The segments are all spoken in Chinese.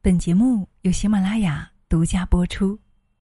本节目由喜马拉雅独家播出。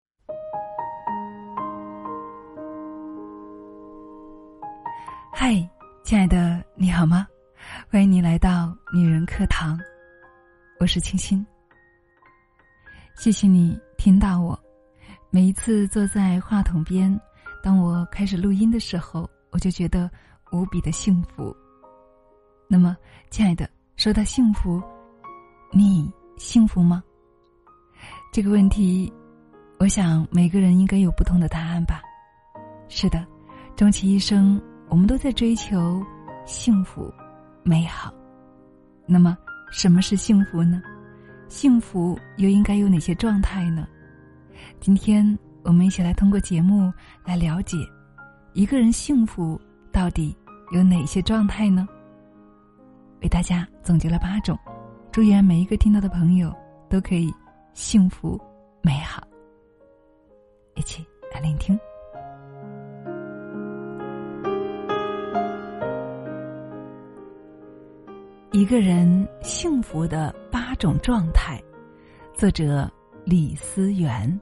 嗨，亲爱的，你好吗？欢迎你来到女人课堂，我是清新。谢谢你听到我。每一次坐在话筒边，当我开始录音的时候，我就觉得无比的幸福。那么，亲爱的，说到幸福，你幸福吗？这个问题，我想每个人应该有不同的答案吧。是的，终其一生，我们都在追求幸福、美好。那么，什么是幸福呢？幸福又应该有哪些状态呢？今天我们一起来通过节目来了解，一个人幸福到底有哪些状态呢？为大家总结了8种，祝愿每一个听到的朋友都可以幸福美好。一起来聆听。一个人幸福的8种状态，作者李思源。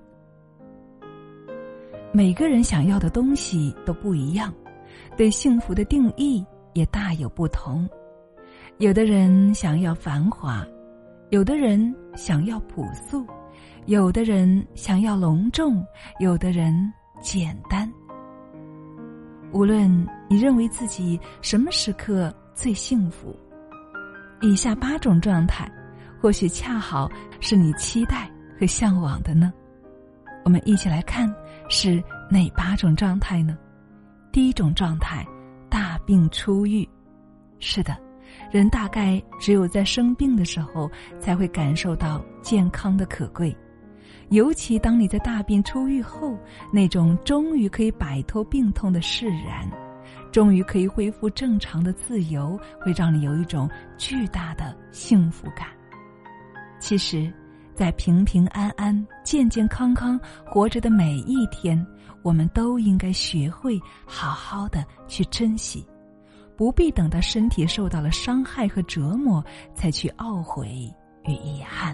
每个人想要的东西都不一样，对幸福的定义也大有不同。有的人想要繁华，有的人想要朴素，有的人想要隆重，有的人简单。无论你认为自己什么时刻最幸福，以下8种状态或许恰好是你期待和向往的呢。我们一起来看是哪8种状态呢？第一种状态，大病初愈。是的，人大概只有在生病的时候才会感受到健康的可贵，尤其当你在大病初愈后，那种终于可以摆脱病痛的释然，终于可以恢复正常的自由，会让你有一种巨大的幸福感。其实在平平安安、健健康康活着的每一天，我们都应该学会好好的去珍惜，不必等到身体受到了伤害和折磨才去懊悔与遗憾。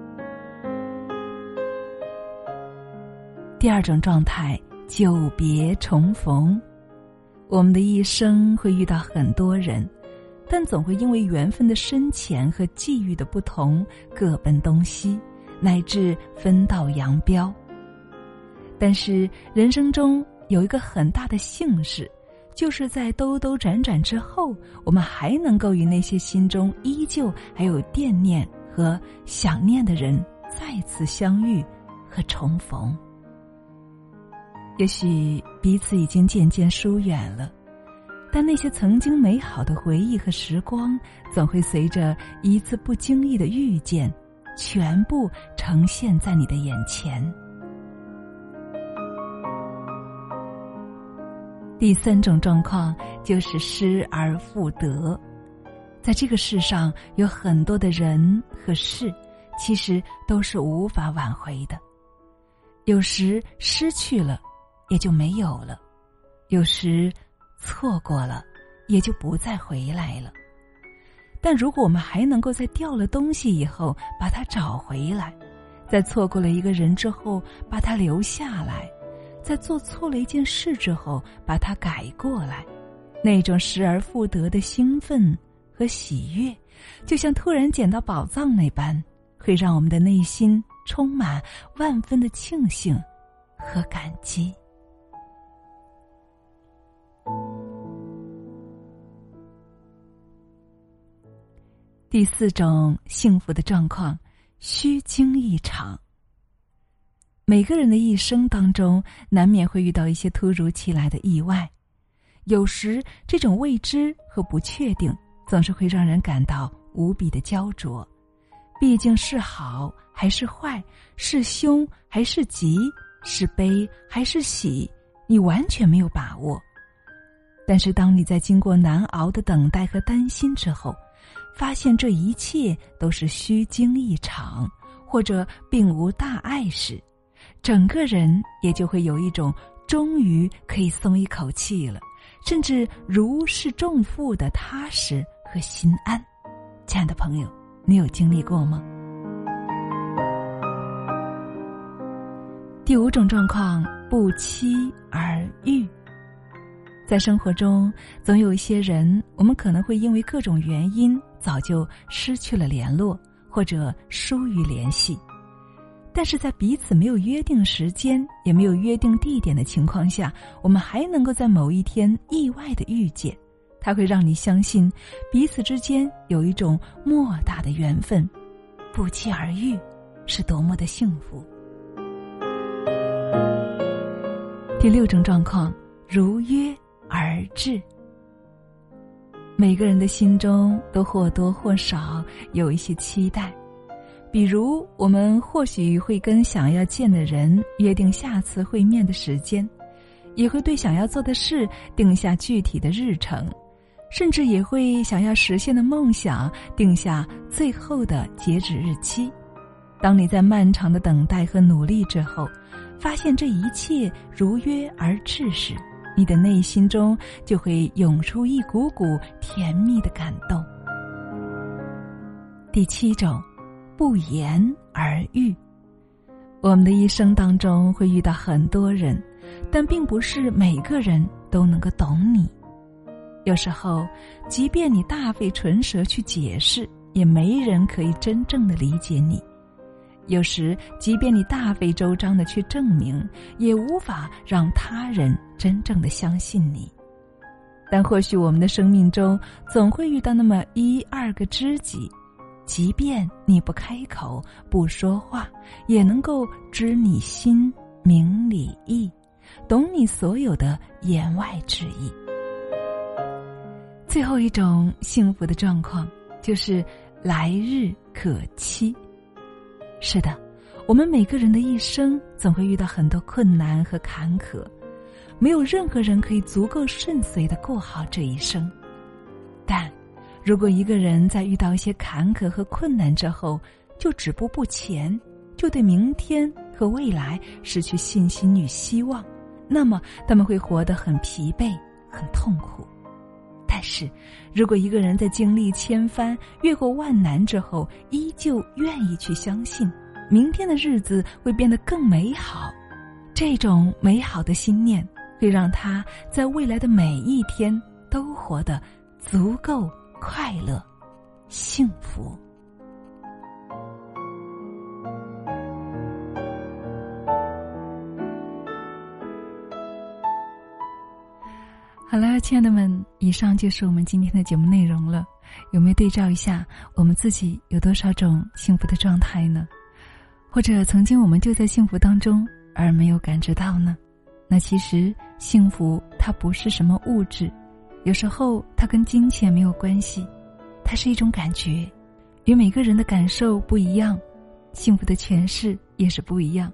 第二种状态，久别重逢。我们的一生会遇到很多人，但总会因为缘分的深浅和际遇的不同，各奔东西，乃至分道扬镳。但是人生中有一个很大的幸事，就是在兜兜转转之后，我们还能够与那些心中依旧还有惦念和想念的人再次相遇和重逢。也许彼此已经渐渐疏远了，但那些曾经美好的回忆和时光，总会随着一次不经意的遇见，全部呈现在你的眼前。第3种状况就是失而复得。在这个世上，有很多的人和事，其实都是无法挽回的。有时失去了，也就没有了；有时错过了，也就不再回来了。但如果我们还能够在掉了东西以后把它找回来，在错过了一个人之后把它留下来，在做错了一件事之后把它改过来，那种失而复得的兴奋和喜悦，就像突然捡到宝藏那般，会让我们的内心充满万分的庆幸和感激。第4种幸福的状况，虚惊一场。每个人的一生当中，难免会遇到一些突如其来的意外，有时这种未知和不确定总是会让人感到无比的焦灼。毕竟是好还是坏，是凶还是吉，是悲还是喜，你完全没有把握。但是当你在经过难熬的等待和担心之后，发现这一切都是虚惊一场，或者并无大碍时，整个人也就会有一种终于可以松一口气了，甚至如释重负的踏实和心安。亲爱的朋友，你有经历过吗？ 第5种状况，不期而遇。在生活中，总有一些人，我们可能会因为各种原因早就失去了联络，或者疏于联系。但是在彼此没有约定时间，也没有约定地点的情况下，我们还能够在某一天意外的遇见，它会让你相信彼此之间有一种莫大的缘分，不期而遇是多么的幸福。第6种状况，如约而至。每个人的心中都或多或少有一些期待，比如我们或许会跟想要见的人约定下次会面的时间，也会对想要做的事定下具体的日程，甚至也会想要实现的梦想定下最后的截止日期。当你在漫长的等待和努力之后，发现这一切如约而至时，你的内心中就会涌出一股股甜蜜的感动。第7种，不言而喻。我们的一生当中会遇到很多人，但并不是每个人都能够懂你。有时候，即便你大费唇舌去解释，也没人可以真正的理解你。有时，即便你大费周章的去证明，也无法让他人真正的相信你。但或许我们的生命中总会遇到那么1、2个知己，即便你不开口不说话，也能够知你心明你意，懂你所有的言外之意。最后一种幸福的状况，就是来日可期。是的，我们每个人的一生总会遇到很多困难和坎坷，没有任何人可以足够顺遂地过好这一生。但如果一个人在遇到一些坎坷和困难之后就止步不前，就对明天和未来失去信心与希望，那么他们会活得很疲惫，很痛苦。但是如果一个人在经历千帆越过万难之后，依旧愿意去相信明天的日子会变得更美好，这种美好的心念会让他在未来的每一天都活得足够快乐幸福。好了，亲爱的们，以上就是我们今天的节目内容了。有没有对照一下我们自己有多少种幸福的状态呢？或者曾经我们就在幸福当中而没有感知到呢？那其实幸福它不是什么物质，有时候它跟金钱没有关系，它是一种感觉，与每个人的感受不一样，幸福的诠释也是不一样。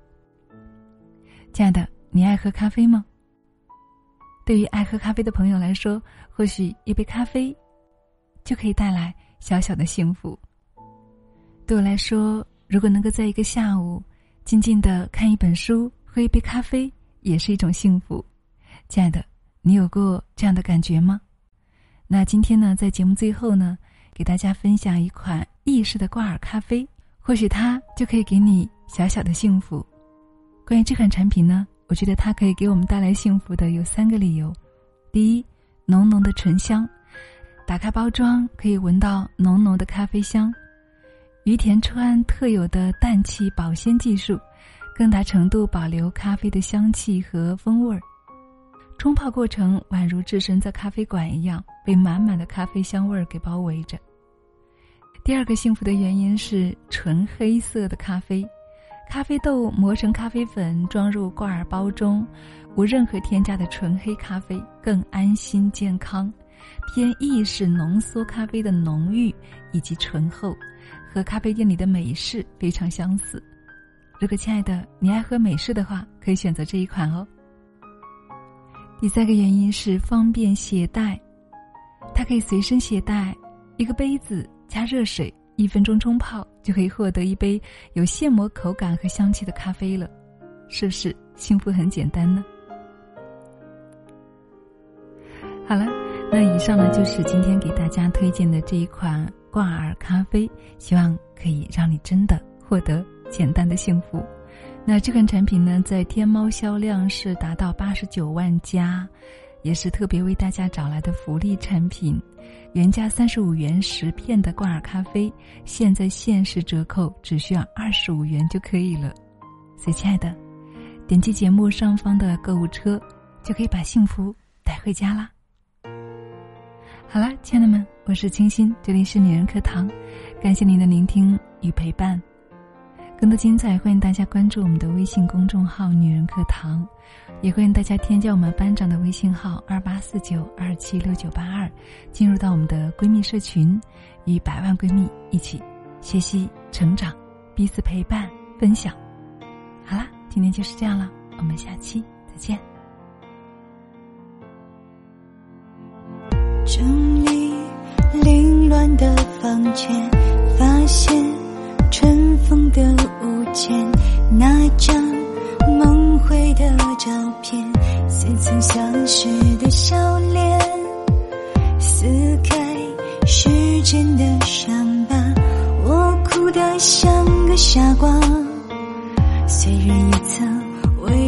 亲爱的，你爱喝咖啡吗？对于爱喝咖啡的朋友来说，或许一杯咖啡就可以带来小小的幸福。对我来说，如果能够在一个下午静静地看一本书，喝一杯咖啡，也是一种幸福。亲爱的，你有过这样的感觉吗？那今天呢，在节目最后呢，给大家分享一款意式的挂耳咖啡，或许它就可以给你小小的幸福。关于这款产品呢，我觉得它可以给我们带来幸福的有3个理由。第一，浓浓的醇香，打开包装可以闻到浓浓的咖啡香，于田川特有的氮气保鲜技术，更大程度保留咖啡的香气和风味儿。冲泡过程宛如置身在咖啡馆一样，被满满的咖啡香味儿给包围着。第2个幸福的原因是纯黑色的咖啡，咖啡豆磨成咖啡粉装入挂耳包中，无任何添加的纯黑咖啡，更安心健康，偏意式浓缩咖啡的浓郁以及醇厚，和咖啡店里的美式非常相似。如果亲爱的你爱喝美式的话，可以选择这一款哦。第3个原因是方便携带，它可以随身携带，一个杯子加热水，1分钟冲泡就可以获得一杯有现磨口感和香气的咖啡了，是不是幸福很简单呢？好了，那以上呢就是今天给大家推荐的这一款挂耳咖啡，希望可以让你真的获得简单的幸福。 那这款产品呢，在天猫销量是达到89万加，也是特别为大家找来的福利产品。原价35元10片的挂耳咖啡，现在限时折扣只需要25元就可以了。所以亲爱的，点击节目上方的购物车，就可以把幸福带回家啦。好啦，亲爱的们，我是清新，这里是女人课堂，感谢您的聆听与陪伴。更多精彩，欢迎大家关注我们的微信公众号女人课堂，也欢迎大家添加我们班长的微信号2849276982，进入到我们的闺蜜社群，与100万闺蜜一起学习成长，彼此陪伴分享。好啦，今天就是这样了，我们下期再见。 整理凌乱的房间，发现尘封的物件，那张梦回的照片，似曾相识的笑脸，撕开时间的伤疤，我哭得像个傻瓜，虽然也曾为